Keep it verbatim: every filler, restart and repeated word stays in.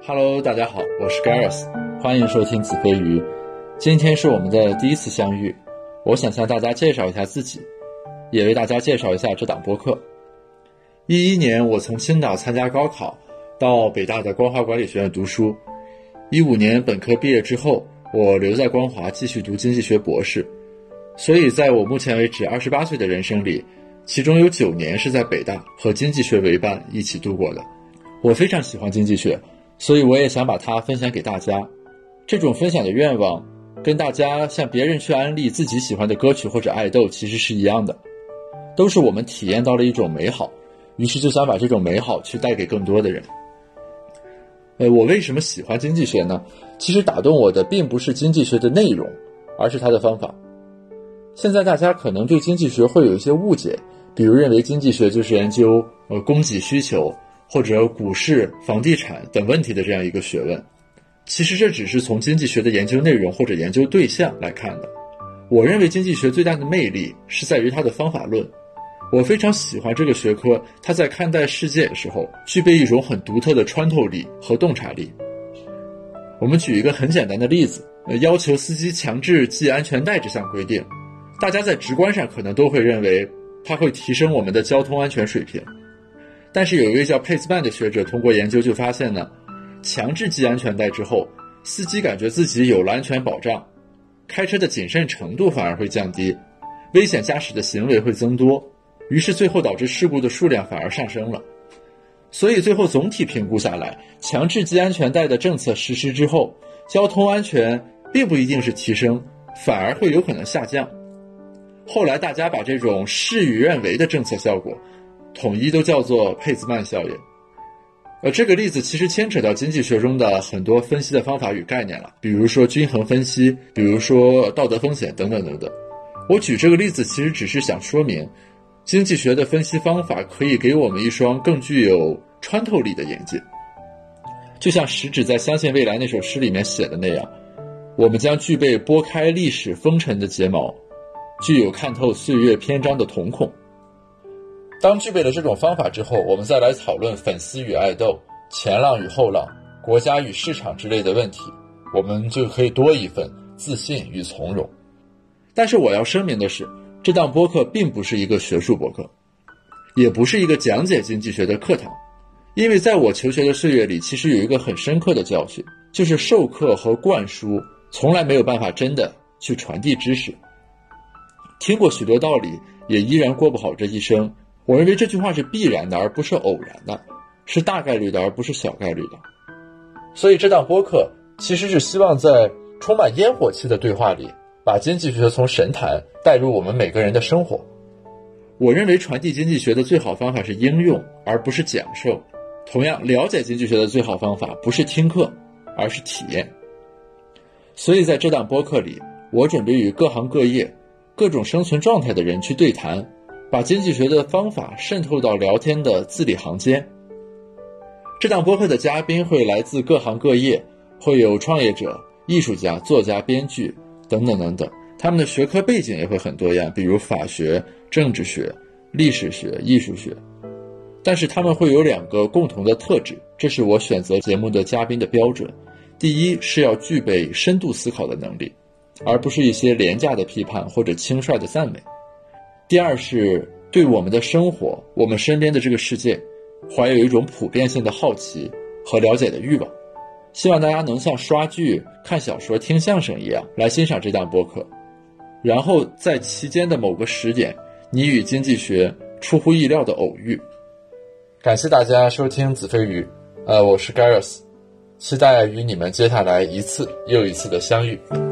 Hello， 大家好，我是 Gareth， 欢迎收听子非鱼。今天是我们的第一次相遇，我想向大家介绍一下自己，也为大家介绍一下这档播客。一一年我从青岛参加高考，到北大的光华管理学院读书。一五年本科毕业之后，我留在光华继续读经济学博士。所以在我目前为止二十八岁的人生里，其中有九年是在北大和经济学为伴一起度过的。我非常喜欢经济学，所以我也想把它分享给大家。这种分享的愿望跟大家向别人去安利自己喜欢的歌曲或者爱豆其实是一样的，都是我们体验到了一种美好，于是就想把这种美好去带给更多的人。呃，我为什么喜欢经济学呢？其实打动我的并不是经济学的内容，而是它的方法。现在大家可能对经济学会有一些误解，比如认为经济学就是研究呃供给需求或者股市、房地产等问题的这样一个学问。其实这只是从经济学的研究内容或者研究对象来看的。我认为经济学最大的魅力是在于它的方法论。我非常喜欢这个学科，它在看待世界的时候具备一种很独特的穿透力和洞察力。我们举一个很简单的例子，要求司机强制系安全带这项规定，大家在直观上可能都会认为它会提升我们的交通安全水平。但是有一位叫佩兹曼的学者通过研究就发现呢，强制系安全带之后，司机感觉自己有了安全保障，开车的谨慎程度反而会降低，危险驾驶的行为会增多，于是最后导致事故的数量反而上升了。所以最后总体评估下来，强制系安全带的政策实施之后，交通安全并不一定是提升，反而会有可能下降。后来大家把这种事与愿违的政策效果统一都叫做佩兹曼效应。呃，这个例子其实牵扯到经济学中的很多分析的方法与概念了，比如说均衡分析，比如说道德风险等等等等。我举这个例子其实只是想说明，经济学的分析方法可以给我们一双更具有穿透力的眼睛。就像食指在《相信未来》那首诗里面写的那样，我们将具备拨开历史风尘的睫毛，具有看透岁月篇章的瞳孔。当具备了这种方法之后，我们再来讨论粉丝与爱豆、前浪与后浪、国家与市场之类的问题，我们就可以多一份自信与从容。但是我要声明的是，这档播客并不是一个学术播客，也不是一个讲解经济学的课堂。因为在我求学的岁月里，其实有一个很深刻的教训，就是授课和灌输从来没有办法真的去传递知识。听过许多道理，也依然过不好这一生。我认为这句话是必然的，而不是偶然的，是大概率的，而不是小概率的。所以这档播客其实是希望在充满烟火气的对话里，把经济学从神坛带入我们每个人的生活。我认为传递经济学的最好方法是应用，而不是讲授。同样，了解经济学的最好方法不是听课，而是体验。所以在这档播客里，我准备与各行各业、各种生存状态的人去对谈，把经济学的方法渗透到聊天的字里行间。这档播客的嘉宾会来自各行各业，会有创业者、艺术家、作家、编剧等等等等，他们的学科背景也会很多样，比如法学、政治学、历史学、艺术学。但是他们会有两个共同的特质，这是我选择节目的嘉宾的标准。第一是要具备深度思考的能力，而不是一些廉价的批判或者轻率的赞美。第二是对我们的生活、我们身边的这个世界怀有一种普遍性的好奇和了解的欲望。希望大家能像刷剧、看小说、听相声一样来欣赏这档播客，然后在期间的某个时点，你与经济学出乎意料的偶遇。感谢大家收听子非鱼，呃，我是 Gareth， 期待与你们接下来一次又一次的相遇。